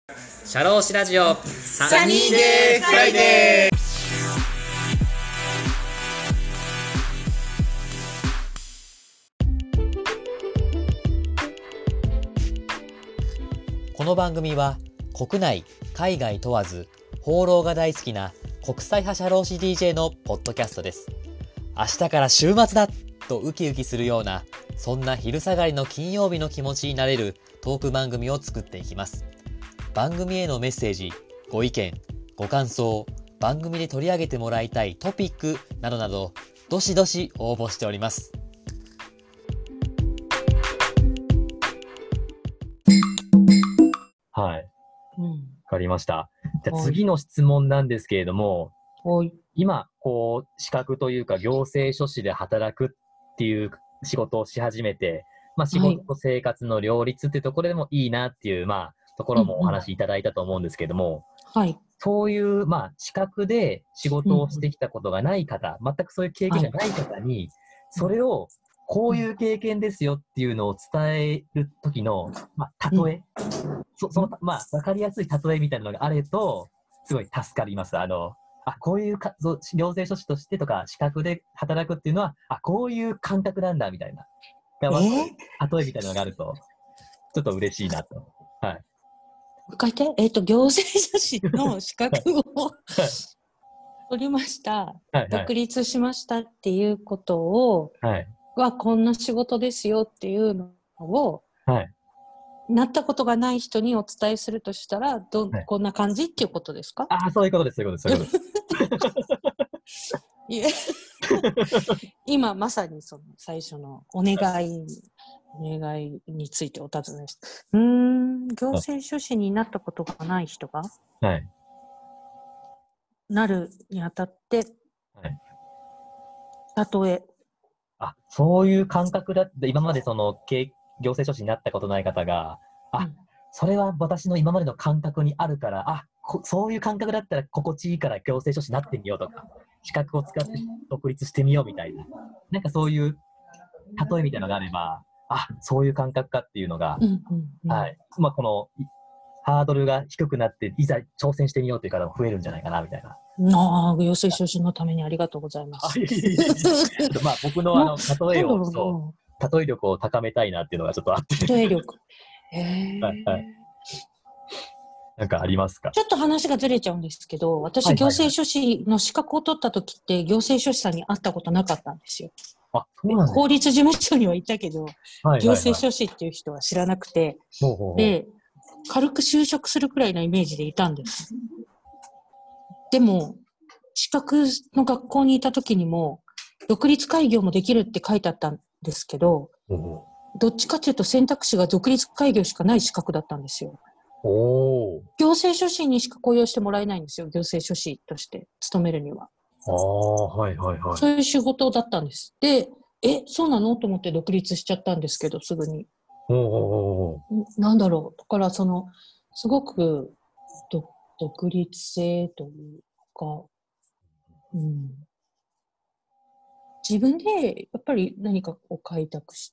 シャローシラジオサニーデーフライデー。 この番組は国内海外問わず放浪が大好きな国際派社労士 DJ のポッドキャストです。明日から週末だとウキウキするような、そんな昼下がりの金曜日の気持ちになれるトーク番組を作っていきます。番組へのメッセージ、ご意見、ご感想、番組で取り上げてもらいたいトピックなどなど、どしどし応募しております。 はい。わかりました。じゃあ次の質問なんですけれども、今、資格というか行政書士で働くっていう仕事をし始めて、仕事と生活の両立っていうところでもいいなっていう、ところもお話しいただいたと思うんですけれども、そういう、資格で仕事をしてきたことがない方、全くそういう経験がない方に、それをこういう経験ですよっていうのを伝える時の、例え、わかりやすい例えみたいなのがあると、すごい助かります。こういう行政書士としてとか、資格で働くっていうのは、こういう感覚なんだみたいな。例えみたいなのがあると、ちょっと嬉しいなと。はい。 書いて、行政書士の資格を取りました。独立しましたっていうことを、こんな仕事ですよっていうのを、なったことがない人にお伝えするとしたら、こんな感じっていうことですか？ そういうことです、そういうことです、そういうことです。 今まさにその最初のお願いについてお尋ねした。行政書士になったことがない人が、なるにあたって、例え。 そういう感覚だって、今までその行政書士になったことない方が、それは私の今までの感覚にあるから、そういう感覚だったら心地いいから行政書士になってみようとか、資格を使って独立してみようみたいな、なんかそういう例えみたいなのがあれば、そういう感覚かっていうのが、このハードルが低くなって、いざ挑戦してみようという方も増えるんじゃないかなみたいな。 行政書士のためにありがとうございます。 僕の例え力を高めたいなっていうのがちょっとあって。 例え力。 なんかありますか？ ちょっと話がずれちゃうんですけど、私、行政書士の資格を取った時って、行政書士さんに会ったことなかったんですよ。法律事務所には行ったけど、行政書士っていう人は知らなくて、で、軽く就職するくらいのイメージでいたんです。でも、資格の学校にいた時にも、独立開業もできるって書いてあったんですけど、どっちかというと選択肢が独立開業しかない資格だったんですよ。行政書士にしか雇用してもらえないんですよ。行政書士として勤めるには。そういう仕事だったんです。で、そうなのと思って独立しちゃったんですけど、すぐに。なんだろう。だから、すごく独立性というか、自分でやっぱり何かを開拓して、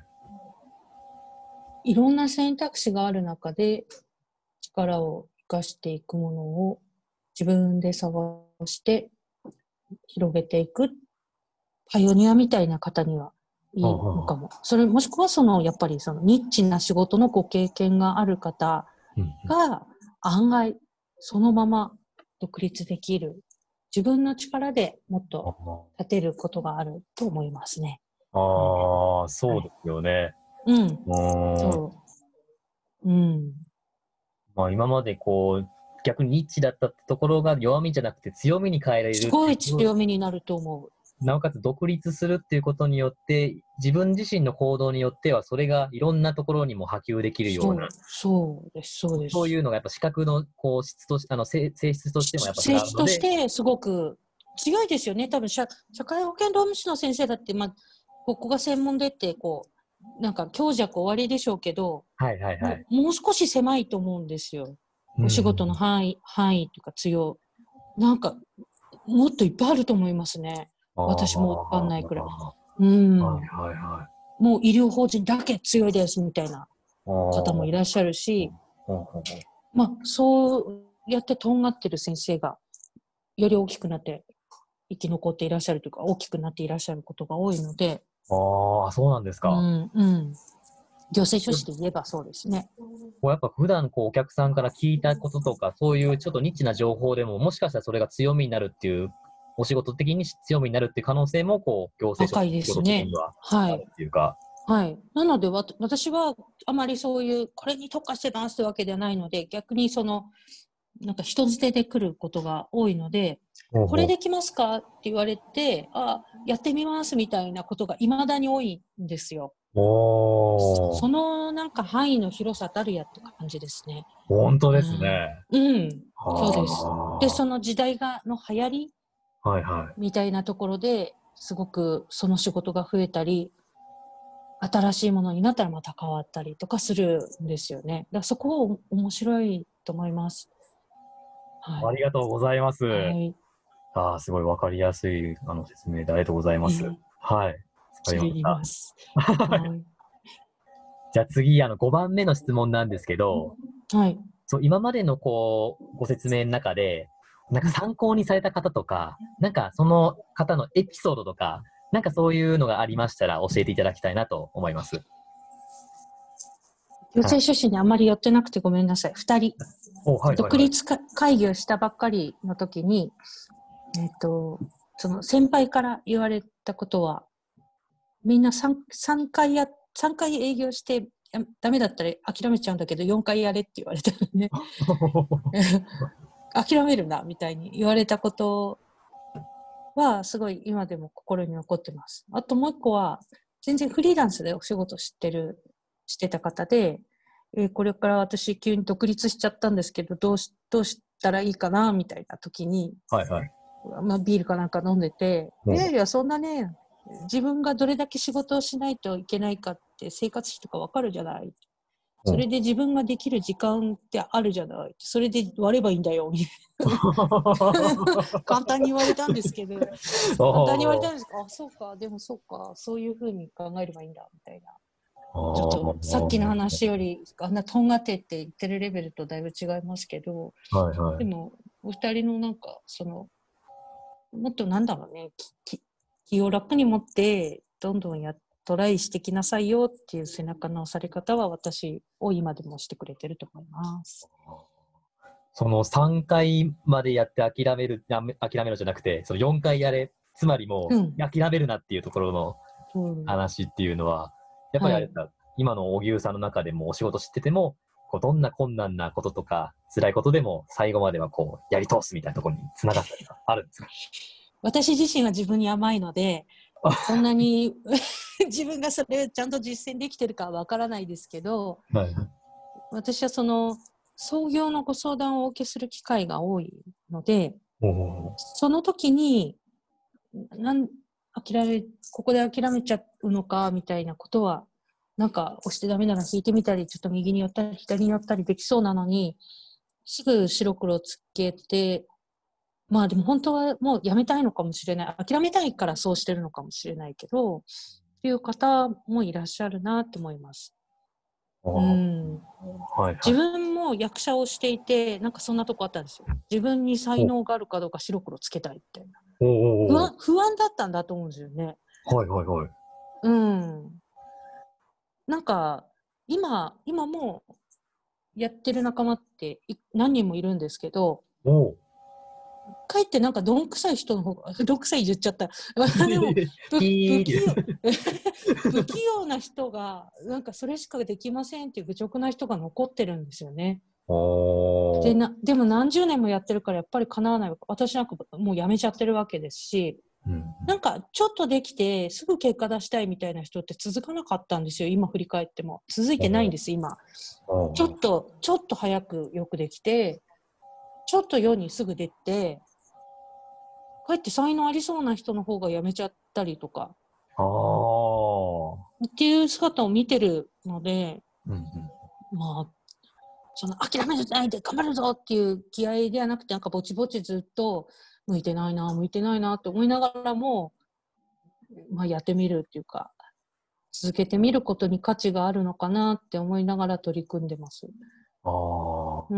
いろんな選択肢がある中で力を生かしていくものを自分で探して広げていくパイオニアみたいな方にはいいのかも。それもしくはやっぱりニッチな仕事のご経験がある方が案外そのまま独立できる。自分の力でもっと立てることがあると思いますね。 そうですよね。今まで逆にニッチだったところが弱みじゃなくて強みに変えられる。 すごい強みになると思う。 なおかつ独立するっていうことによって、自分自身の行動によっては、それがいろんなところにも波及できるような。 そうです、そうです。 そういうのがやっぱ資格の質として、性質としてもやっぱ性質としてすごく強いですよね。多分社会保険労務士の先生だって、ここが専門でってなんか強弱終わりでしょうけど、もう少し狭いと思うんですよ。お仕事の範囲というかなんかもっといっぱいあると思いますね。私もわかんないくらい。もう医療法人だけ強いですみたいな方もいらっしゃるし、 まあ、そうやってとんがってる先生が、より大きくなって生き残っていらっしゃるというか、大きくなっていらっしゃることが多いので。 ああ、そうなんですか。 うん、うん。行政書士で言えばそうですね。 やっぱ普段お客さんから聞いたこととか、そういうちょっとニッチな情報でも、もしかしたらそれが強みになるっていう、お仕事的に強みになるっていう可能性も、行政書高い士の仕事的ですね。 にははい。 あるっていうか。 はい。なので、私はあまりそういう、これに特化してますってわけではないので、逆になんか人づてで来ることが多いので、これできますかって言われて、やってみますみたいなことが未だに多いんですよ。そのなんか範囲の広さたるやって感じですね。 本当ですね。 うん、そうです。で、その時代の流行りみたいなところですごくその仕事が増えたり、新しいものになったらまた変わったりとかするんですよね。だからそこは面白いと思います。 はい、ありがとうございます。はい、すごいわかりやすい説明でありがとうございます。はい。 知ります。 はい。じゃあ次、5番目の質問なんですけど、 はい。 そう、今までのご説明の中で、なんか参考にされた方とか、なんかその方のエピソードとか、なんかそういうのがありましたら教えていただきたいなと思います。 行政書士にあまり寄ってなくてごめんなさい。2人。独立会議をしたばっかりの時に、その先輩から言われたことは、みんな3回営業してダメだったら諦めちゃうんだけど、4回やれって言われたのね。諦めるな、みたいに言われたことは、すごい今でも心に残ってます。あともう一個は、全然フリーランスでお仕事してた方で、これから私急に独立しちゃったんですけど、どうしたらいいかな、みたいな時に、まあビールかなんか飲んでて、いやいや、そんなね、自分がどれだけ仕事をしないといけないかって生活費とかわかるじゃない。それで自分ができる時間ってあるじゃない。それで割ればいいんだよ。簡単に言われたんですけど、簡単に言われたんですけど、そうか、でもそうか、そういうふうに考えればいいんだ、みたいな。ちょっとさっきの話より、あんなとんがってって言ってるレベルとだいぶ違いますけど、でも、お二人のなんか、もっとなんだろうね、気を楽に持って、どんどんトライしてきなさいよっていう背中の押され方は私を今でもしてくれてると思います。 その3回までやって諦めるじゃなくて、その4回やれ、つまりもう諦めるなっていうところの話っていうのは、やっぱりあれだ、今の荻生さんの中でもお仕事知ってても、どんな困難なこととか辛いことでも最後まではやり通すみたいなところにつながったりあるんですか？ 私自身は自分に甘いので、そんなに自分がそれをちゃんと実践できてるかはわからないですけど、私は創業のご相談をお受けする機会が多いので、その時にここで諦めちゃうのかみたいなことは、なんか押してダメなら引いてみたり、ちょっと右に寄ったり左に寄ったりできそうなのに、すぐ白黒つけて、まあでも本当はもうやめたいのかもしれない。諦めたいからそうしてるのかもしれないけど、っていう方もいらっしゃるなって思います。自分も役者をしていて、なんかそんなとこあったんですよ。自分に才能があるかどうか白黒つけたいみたいな。不安だったんだと思うんですよね。なんか、今もやってる仲間って何人もいるんですけど、かえってなんかどんくさい人の方が、どんくさい言っちゃった。でも不器用な人が、なんかそれしかできませんっていう愚直な人が残ってるんですよね。でも何十年もやってるからやっぱり叶わない。私なんかもうやめちゃってるわけですし、なんかちょっとできてすぐ結果出したいみたいな人って続かなかったんですよ。今振り返っても。続いてないんです、今。ちょっと早くよくできて、ちょっと世にすぐ出て、かえって才能ありそうな人の方が辞めちゃったりとか、っていう姿を見てるので、まあ、諦めないで頑張るぞっていう気合ではなくて、なんかぼちぼちずっと向いてないなって思いながらも、まあやってみるっていうか、続けてみることに価値があるのかなって思いながら取り組んでます。 うん、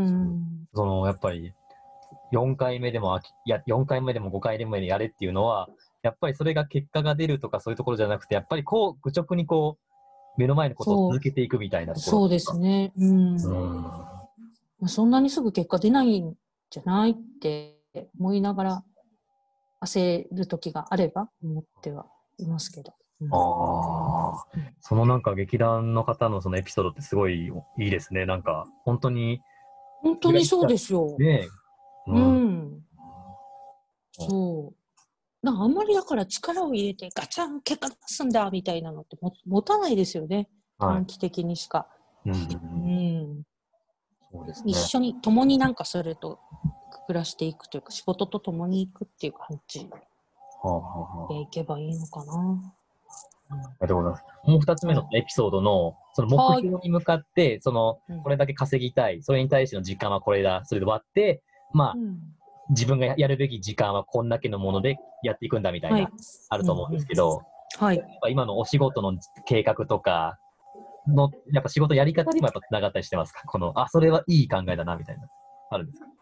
やっぱり、4回目でも4回目でも5回目でやれっていうのは、やっぱりそれが結果が出るとかそういうところじゃなくて、やっぱりこう、愚直にこう、目の前のことを続けていくみたいなところそうですね。うん。そんなにすぐ結果出ないんじゃないって思いながら焦る時があれば思ってはいますけど。 そのなんか劇団の方のそのエピソードってすごいいいですね。なんか、本当にそうですよ。 ね。 そう。なんかあんまりだから力を入れてガチャン結果出すんだみたいなのって持たないですよね。短期的にしか。そうですね。一緒に共になんかそれと暮らしていくというか、仕事と共に行くっていう感じでいけばいいのかな。 ありがとうございます。もう2つ目のエピソードの、その目標に向かって、これだけ稼ぎたい、それに対しての時間はこれだ、それで割って、自分がやるべき時間はこんだけのものでやっていくんだみたいな、あると思うんですけど、今のお仕事の計画とかの、やっぱ仕事やり方にもやっぱつながったりしてますか？それはいい考えだな、みたいな、あるんですか？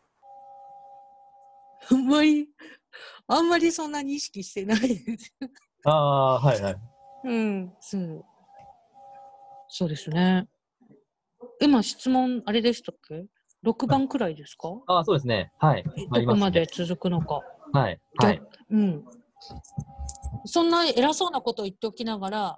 あんまりそんなに意識してないです。 はいはい。 そうですね。今質問、あれでしたっけ ?6 番くらいですか？ そうですね。はい。 どこまで続くのか。 はい。はい。 そんな偉そうなことを言っておきながら、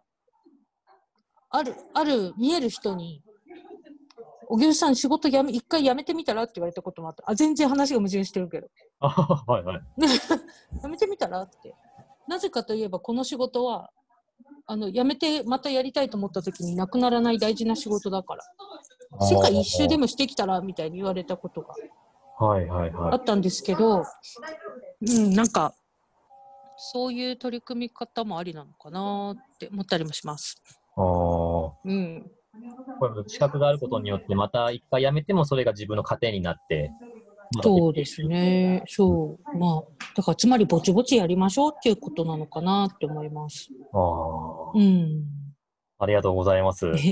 見える人に、荻生さん仕事一回辞めてみたらって言われたこともあった。全然話が矛盾してるけど。 はいはい。 辞めてみたらって。なぜかといえば、この仕事は、辞めてまたやりたいと思った時になくならない大事な仕事だから。世界一周でもしてきたらみたいに言われたことがあったんですけど、なんか、そういう取り組み方もありなのかなって思ったりもします。 これ資格があることによって、また一回辞めてもそれが自分の糧になって。 そうですね。だからつまりぼちぼちやりましょうっていうことなのかなって思います。 ありがとうございます。はい。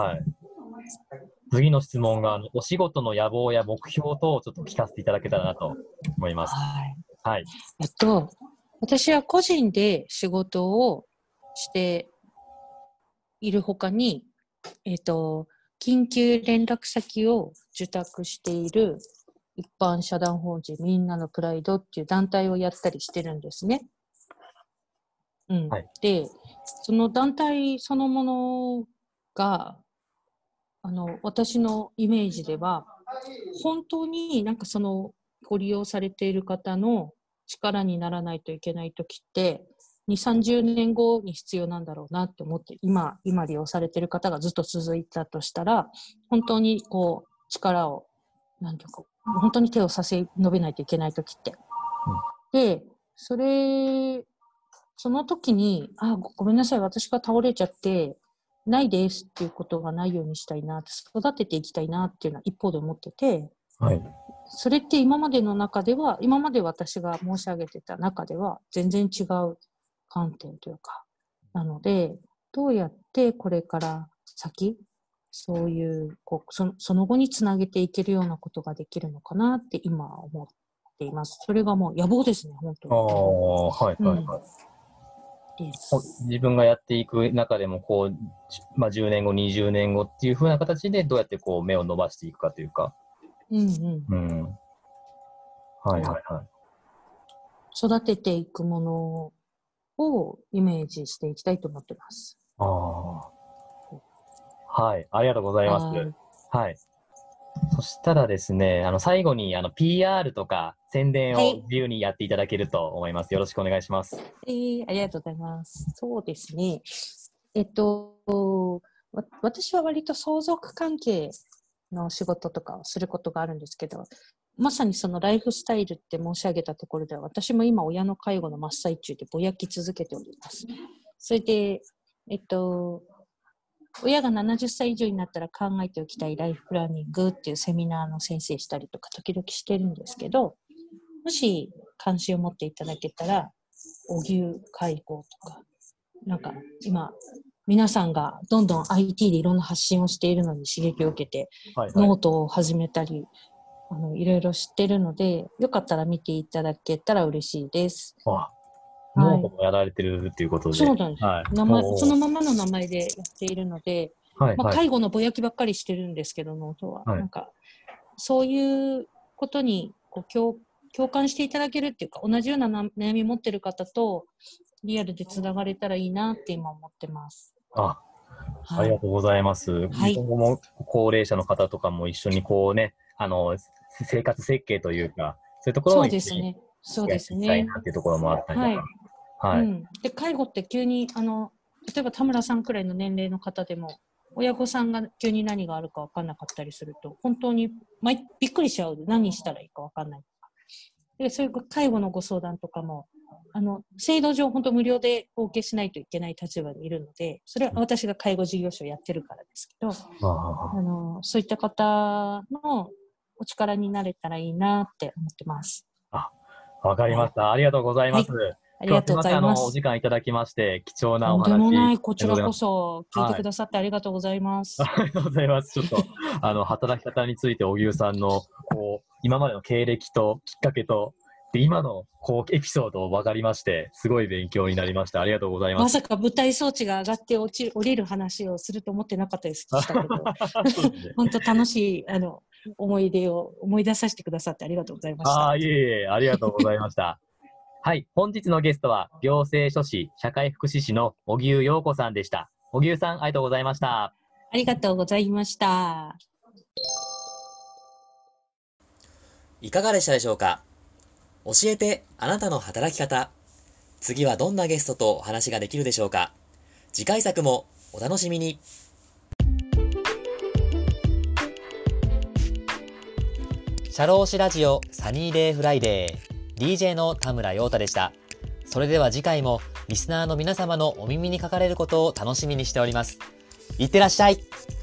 次の質問が、お仕事の野望や目標とちょっと聞かせていただけたらなと思います。はい。 私は個人で仕事をしているほかに、緊急連絡先を受託している一般社団法人みんなのプライドっていう団体をやったりしてるんですね。で、その団体そのものが、私のイメージでは、本当になんかご利用されている方の力にならないといけないときって、2、30年後に必要なんだろうなって思って、今利用されている方がずっと続いたとしたら、本当に力を、なんていうか、本当に手を差し伸べないといけないときって。で、その時に、ごめんなさい、私が倒れちゃって、ないですっていうことがないようにしたいな、育てていきたいなっていうのは一方で思ってて、それって今まで私が申し上げてた中では全然違う観点というか、なので、どうやってこれから先、そういうその後につなげていけるようなことができるのかなって今思っています。それがもう野望ですね、本当に。 自分がやっていく中でも10年後、20年後っていう風な形でどうやって目を伸ばしていくかというか。 育てていくものをイメージしていきたいと思ってます。 はい、ありがとうございます。はい。そしたらですね、最後にPR とか宣伝を自由にやっていただけると思います。よろしくお願いします。 ありがとうございます。そうですね。私は割と相続関係の仕事とかをすることがあるんですけど、まさにそのライフスタイルって申し上げたところでは、私も今親の介護の真っ最中でぼやき続けております。それで、親が70歳以上になったら考えておきたいライフプランニングっていうセミナーの先生したりとか時々してるんですけど、もし関心を持っていただけたら、荻生介護とか、なんか今皆さんがどんどん IT でいろんな発信をしているのに刺激を受けて、ノートを始めたり、いろいろ知ってるので、よかったら見ていただけたら嬉しいです。 ノートもやられてるっていうことで。 そうなんです。そのままの名前でやっているので、介護のぼやきばっかりしてるんですけど、ノートは。なんか、そういうことに共感していただけるっていうか、同じような悩み持ってる方とリアルでつながれたらいいなって今思ってます。 ありがとうございます。今後も高齢者の方とかも一緒に生活設計というか、そういうところを一緒にやっていきたいなっていうところもあったりとか。 で、介護って急に、例えば田村さんくらいの年齢の方でも、親御さんが急に何があるか分かんなかったりすると、本当にびっくりしちゃう。何したらいいか分かんない。で、そういう介護のご相談とかも、制度上本当無料でお受けしないといけない立場にいるので、それは私が介護事業所をやってるからですけど、そういった方のお力になれたらいいなって思ってます。 わかりました。ありがとうございます。 ありがとうございます。 お時間いただきまして、貴重なお話。 とんでもない、こちらこそ聞いてくださってありがとうございます。 ありがとうございます。ちょっと、働き方について、荻生さんの、今までの経歴ときっかけと、で、今の、エピソードを分かりまして、すごい勉強になりました。ありがとうございます。 まさか舞台装置が上がって降りる話をすると思ってなかったでしたけど、本当楽しい、思い出を思い出させてくださってありがとうございました。 いえ、ありがとうございました。はい、本日のゲストは、行政書士、社会福祉士の荻生陽子さんでした。荻生さん、ありがとうございました。 ありがとうございました。 いかがでしたでしょうか？教えてあなたの働き方。次はどんなゲストとお話ができるでしょうか？次回作もお楽しみに。社労士ラジオサニーデイフライデー DJ の田村陽太でした。それでは次回もリスナーの皆様のお耳にかかれることを楽しみにしております。いってらっしゃい。